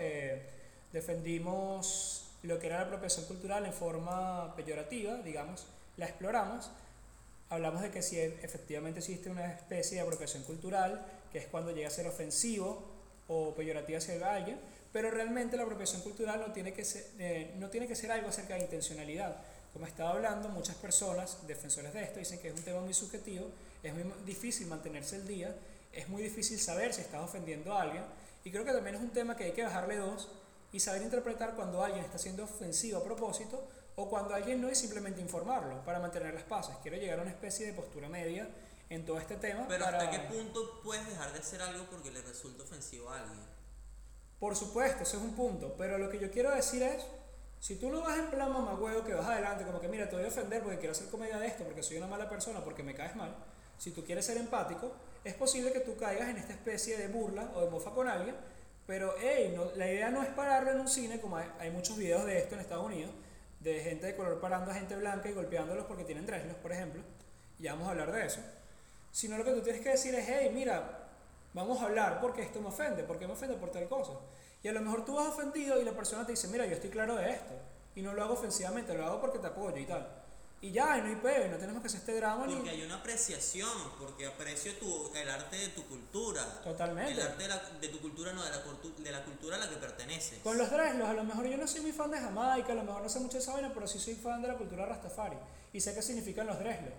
defendimos lo que era la apropiación cultural en forma peyorativa, digamos, la exploramos. Hablamos de que si efectivamente existe una especie de apropiación cultural, que es cuando llega a ser ofensivo o peyorativo hacia alguien, pero realmente la apropiación cultural no tiene que ser algo acerca de intencionalidad. Como estaba hablando, muchas personas, defensores de esto, dicen que es un tema muy subjetivo, es muy difícil mantenerse al día, es muy difícil saber si estás ofendiendo a alguien, y creo que también es un tema que hay que bajarle dos y saber interpretar cuando alguien está siendo ofensivo a propósito o cuando alguien no, es simplemente informarlo para mantener las paces. Quiero llegar a una especie de postura media en todo este tema. Pero ¿hasta qué punto puedes dejar de hacer algo porque le resulta ofensivo a alguien? Por supuesto, ese es un punto, pero lo que yo quiero decir es, si tú no vas en plan mamagüeo que vas adelante, como que mira, te voy a ofender porque quiero hacer comedia de esto, porque soy una mala persona, porque me caes mal, si tú quieres ser empático, es posible que tú caigas en esta especie de burla o de mofa con alguien, Pero, hey, no, la idea no es pararlo en un cine, como hay muchos videos de esto en Estados Unidos, de gente de color parando a gente blanca y golpeándolos porque tienen dreadlocks, por ejemplo. Y ya vamos a hablar de eso. Sino lo que tú tienes que decir es, hey, mira, vamos a hablar porque esto me ofende, porque me ofende por tal cosa. Y a lo mejor tú vas ofendido y la persona te dice, mira, yo estoy claro de esto. Y no lo hago ofensivamente, lo hago porque te apoyo y tal. Y ya, y no hay peo, y no tenemos que hacer este drama Porque ni... hay una apreciación, porque aprecio el arte de tu cultura. Totalmente. El arte de tu cultura, no, de la cultura a la que perteneces. Con los dreadlocks, a lo mejor yo no soy muy fan de Jamaica, a lo mejor no sé mucho de esa vaina, pero sí soy fan de la cultura Rastafari. Y sé qué significan los dreadlocks.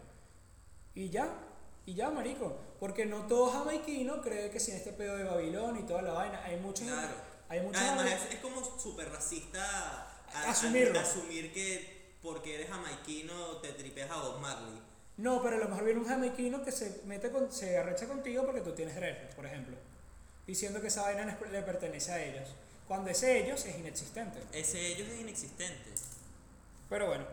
Y ya, marico. Porque no todo jamaiquino cree que sin este pedo de Babilón y toda la vaina, hay muchos... Claro. Hay muchos Además, es como súper racista asumirlo. asumir que porque eres jamaiquino te tripeas a Bob Marley. No, pero a lo mejor viene un jamaiquino que se arrecha contigo porque tú tienes dreadlocks, por ejemplo. Diciendo que esa vaina le pertenece a ellos. Cuando ese ellos es inexistente. Ese ellos es inexistente. Pero bueno,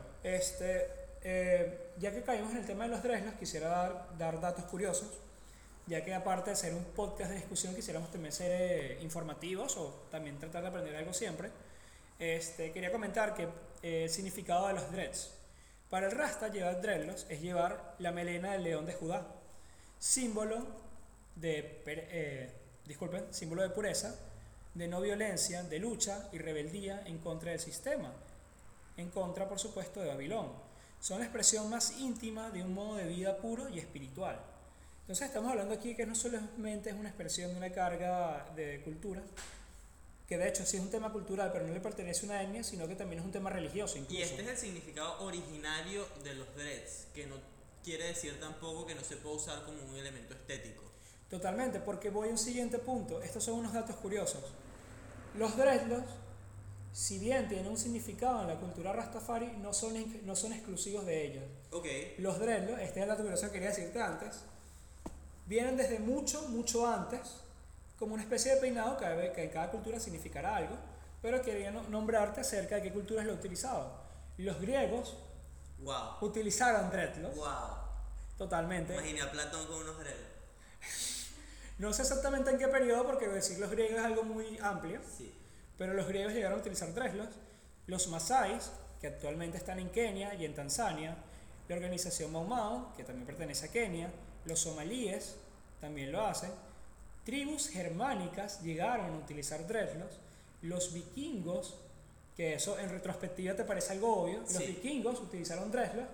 ya que caímos en el tema de los dreadlocks, quisiera dar datos curiosos, ya que aparte de ser un podcast de discusión, quisiéramos también ser informativos o también tratar de aprender algo siempre. Quería comentar que el significado de los dreads. Para el Rasta, llevar dreadlocks es llevar la melena del león de Judá, símbolo símbolo de pureza, de no violencia, de lucha y rebeldía en contra del sistema, en contra, por supuesto, de Babilón. Son la expresión más íntima de un modo de vida puro y espiritual. Entonces estamos hablando aquí que no solamente es una expresión de una carga de cultura, que de hecho sí es un tema cultural, pero no le pertenece a una etnia, sino que también es un tema religioso incluso. Y este es el significado originario de los dreads, que no quiere decir tampoco que no se pueda usar como un elemento estético. Totalmente, porque voy a un siguiente punto. Estos son unos datos curiosos. Los dreadlocks, si bien tienen un significado en la cultura Rastafari, no son exclusivos de ellos. Okay. Los dreadlocks, este es el dato curioso que quería decirte antes, vienen desde mucho antes, como una especie de peinado que en cada cultura significará algo, pero quería nombrarte acerca de qué culturas lo utilizaban. Los griegos utilizaron dreadlocks. Wow. Totalmente. Imagina a Platón con unos dreadlocks. No sé exactamente en qué periodo, porque decir los griegos es algo muy amplio, sí. Pero los griegos llegaron a utilizar dreadlocks. Los masáis, que actualmente están en Kenia y en Tanzania, la organización Mau Mau, que también pertenece a Kenia, los somalíes también lo hacen, tribus germánicas llegaron a utilizar dreadlocks, los vikingos, que eso en retrospectiva te parece algo obvio, los vikingos utilizaron dreadlocks.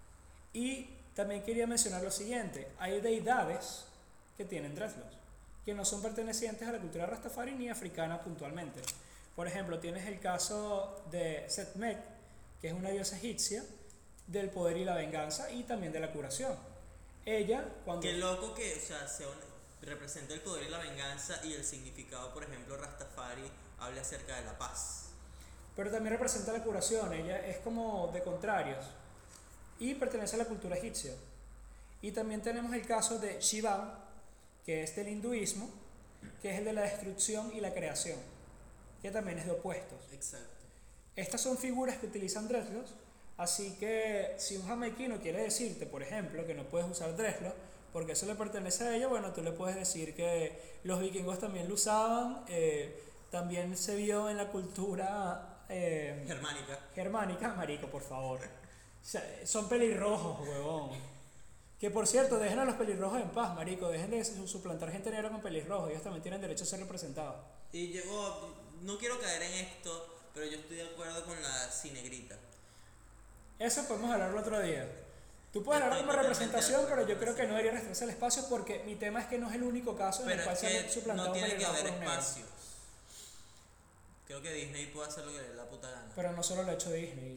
Y también quería mencionar lo siguiente, hay deidades que tienen dreadlocks, que no son pertenecientes a la cultura Rastafari ni africana puntualmente. Por ejemplo, tienes el caso de Sekhmet, que es una diosa egipcia del poder y la venganza y también de la curación. Ella, cuando... Qué loco que, o sea, representa el poder y la venganza y el significado, por ejemplo, Rastafari habla acerca de la paz. Pero también representa la curación, ella es como de contrarios y pertenece a la cultura egipcia. Y también tenemos el caso de Shiva, que es del hinduismo, que es el de la destrucción y la creación, que también es de opuestos. Exacto. Estas son figuras que utilizan dreadlocks, así que si un jamaiquino quiere decirte, por ejemplo, que no puedes usar dreadlocks porque eso le pertenece a ellos, bueno, tú le puedes decir que los vikingos también lo usaban, también se vio en la cultura germánica, marico, por favor. O sea, son pelirrojos, huevón. Que por cierto, dejen a los pelirrojos en paz, marico, dejen de suplantar gente negra con pelirrojos, ellos también tienen derecho a ser representados. Y yo no quiero caer en esto, pero yo estoy de acuerdo con la cinegrita. Eso podemos hablarlo otro día. Tú puedes hablar como representación, pero yo creo que no debería restarse el espacio porque mi tema es que no es el único caso en el cual se ha suplantado no tiene que haber espacio. espacios. Creo que Disney puede hacer lo que le dé la puta gana. Pero no solo lo ha hecho Disney.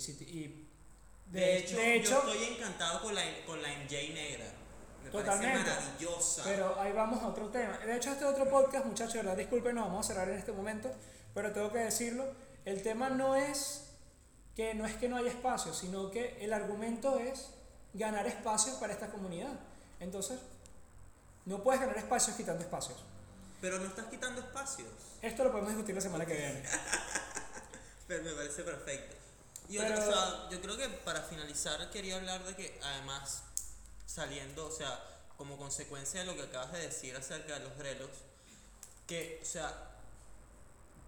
De hecho, yo estoy encantado con la MJ negra. Me totalmente. parece maravillosa. Pero ahí vamos a otro tema. De hecho, este otro podcast, muchachos, de verdad, disculpen, nos vamos a cerrar en este momento, pero tengo que decirlo. El tema no es que no haya espacio, sino que el argumento es ganar espacios para esta comunidad. Entonces, no puedes ganar espacios quitando espacios. Pero no estás quitando espacios. Esto lo podemos discutir la semana que viene. Pero me parece perfecto. Y o sea, yo creo que para finalizar quería hablar de que además saliendo, o sea, como consecuencia de lo que acabas de decir acerca de los dreadlocks, que, o sea,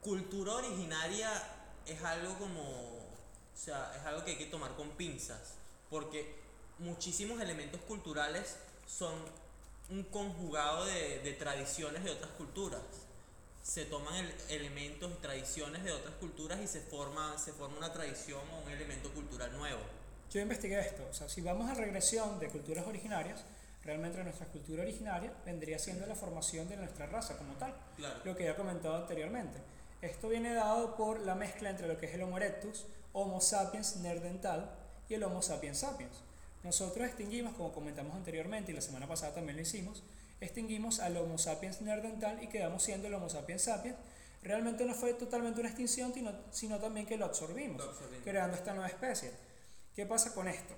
cultura originaria es algo como, o sea, es algo que hay que tomar con pinzas, porque muchísimos elementos culturales son un conjugado de tradiciones de otras culturas. Se toman elementos y tradiciones de otras culturas y se forma una tradición o un elemento cultural nuevo. Yo investigué esto, o sea, si vamos a regresión de culturas originarias, realmente nuestra cultura originaria vendría siendo la formación de nuestra raza como tal, Claro. lo que ya he comentado anteriormente. Esto viene dado por la mezcla entre lo que es el Homo erectus, Homo sapiens neandertal y el Homo sapiens sapiens. Nosotros extinguimos, como comentamos anteriormente y la semana pasada también lo hicimos, extinguimos al Homo sapiens neandertal y quedamos siendo el Homo sapiens sapiens. Realmente no fue totalmente una extinción, sino también que lo absorbimos, creando esta nueva especie. ¿Qué pasa con esto?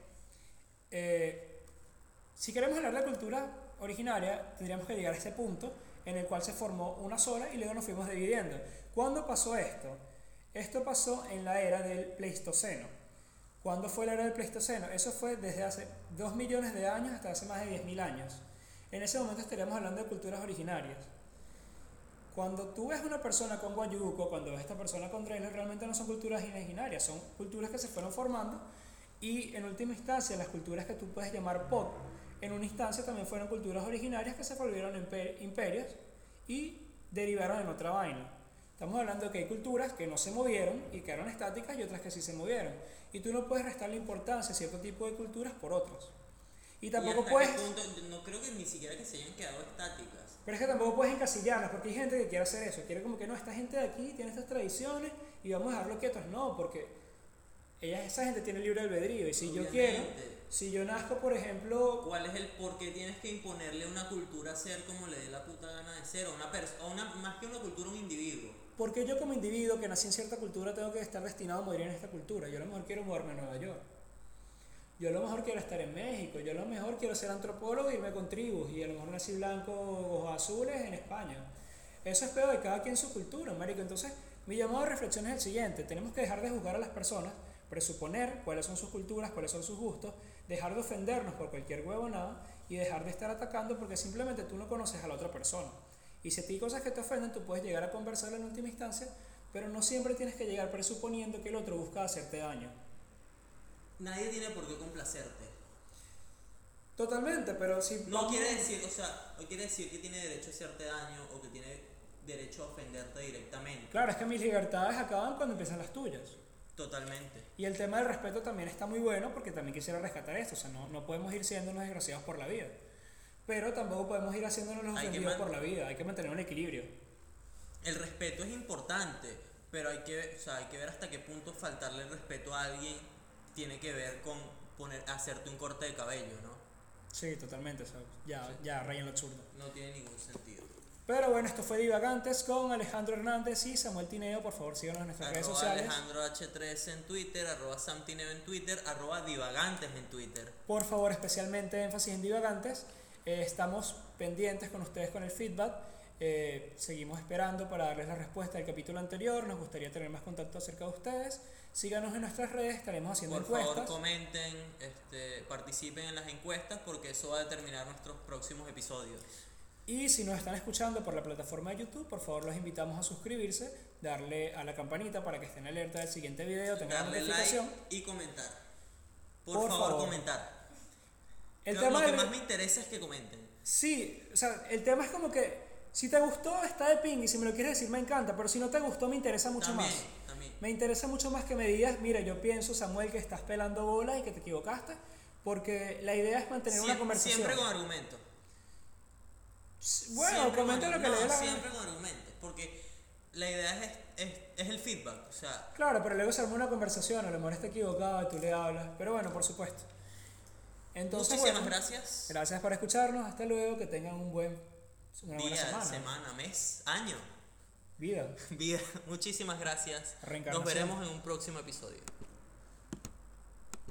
Si queremos hablar de cultura originaria, tendríamos que llegar a este punto en el cual se formó una sola y luego nos fuimos dividiendo. ¿Cuándo pasó esto? Esto pasó en la era del Pleistoceno. ¿Cuándo fue la era del Pleistoceno? Eso fue desde hace 2 millones de años hasta hace más de 10.000 años. En ese momento estaríamos hablando de culturas originarias. Cuando tú ves una persona con guayuco, cuando ves esta persona con dreadlocks, realmente no son culturas originarias, son culturas que se fueron formando y en última instancia las culturas que tú puedes llamar pop, en una instancia también fueron culturas originarias que se volvieron imperios y derivaron en otra vaina. Estamos hablando de que hay culturas que no se movieron y quedaron estáticas y otras que sí se movieron. Y tú no puedes restarle importancia a cierto tipo de culturas por otros. Y tampoco puedes... No creo que ni siquiera que se hayan quedado estáticas. Pero es que tampoco puedes encasillarlas, porque hay gente que quiere hacer eso. Quiere como que no, esta gente de aquí tiene estas tradiciones y vamos a dejarlo quietos. No, porque esa gente tiene libre albedrío. Y si Obviamente. yo quiero, si yo nazco, por ejemplo... ¿Cuál es el por qué tienes que imponerle a una cultura a ser como le dé la puta gana de ser? Más que una cultura, un individuo. Porque yo como individuo que nací en cierta cultura tengo que estar destinado a morir en esta cultura. Yo a lo mejor quiero moverme a Nueva York. Yo a lo mejor quiero estar en México. Yo a lo mejor quiero ser antropólogo e irme con tribus. Y a lo mejor nací blanco, ojos azules en España. Eso es peor de cada quien su cultura, marico. Entonces, mi llamado de reflexión es el siguiente. Tenemos que dejar de juzgar a las personas, presuponer cuáles son sus culturas, cuáles son sus gustos, dejar de ofendernos por cualquier huevonada y dejar de estar atacando porque simplemente tú no conoces a la otra persona. Y si a ti hay cosas que te ofenden, tú puedes llegar a conversarlo en última instancia, pero no siempre tienes que llegar presuponiendo que el otro busca hacerte daño. Nadie tiene por qué complacerte. Totalmente, pero si... No quiere decir, o sea, no quiere decir que tiene derecho a hacerte daño o que tiene derecho a ofenderte directamente. Claro, es que mis libertades acaban cuando empiezan las tuyas. Totalmente. Y el tema del respeto también está muy bueno porque también quisiera rescatar esto, o sea, no podemos ir siendo unos desgraciados por la vida. Pero tampoco podemos ir haciéndonos los ofendidos por la vida, hay que mantener un equilibrio. El respeto es importante, pero hay que ver hasta qué punto faltarle el respeto a alguien tiene que ver con hacerte un corte de cabello, ¿no? Sí, totalmente, o sea, ya rayan lo absurdo. No tiene ningún sentido. Pero bueno, esto fue Divagantes con Alejandro Hernández y Samuel Tineo. Por favor, síganos en nuestras redes sociales. Alejandro H3 en Twitter, @samtineo en Twitter, @divagantes en Twitter. Por favor, especialmente énfasis en Divagantes. Estamos pendientes con ustedes con el feedback. Seguimos esperando para darles la respuesta del capítulo anterior. Nos gustaría tener más contacto acerca de ustedes. Síganos en nuestras redes, estaremos haciendo encuestas. Por favor, comenten, participen en las encuestas porque eso va a determinar nuestros próximos episodios. Y si nos están escuchando por la plataforma de YouTube, por favor los invitamos a suscribirse, darle a la campanita para que estén alerta del siguiente video, tengan darle notificación. like y comentar. Por favor, comentar. Lo que más me interesa es que comenten. Sí, o sea, el tema es como que si te gustó está de ping y si me lo quieres decir me encanta, pero si no te gustó me interesa mucho más. También. Me interesa mucho más que me digas, mira, yo pienso, Samuel, que estás pelando bolas y que te equivocaste, porque la idea es mantener una conversación. Siempre con argumentos. Bueno, comenta lo que le dé la gana. Siempre con argumentos, porque la idea es el feedback, o sea... Claro, pero luego se arma una conversación, a lo mejor está equivocado y tú le hablas, pero bueno, por supuesto. Entonces, muchísimas gracias. Gracias por escucharnos, hasta luego, que tengan una buena semana, mes, año. Vida. Muchísimas gracias. Nos veremos en un próximo episodio.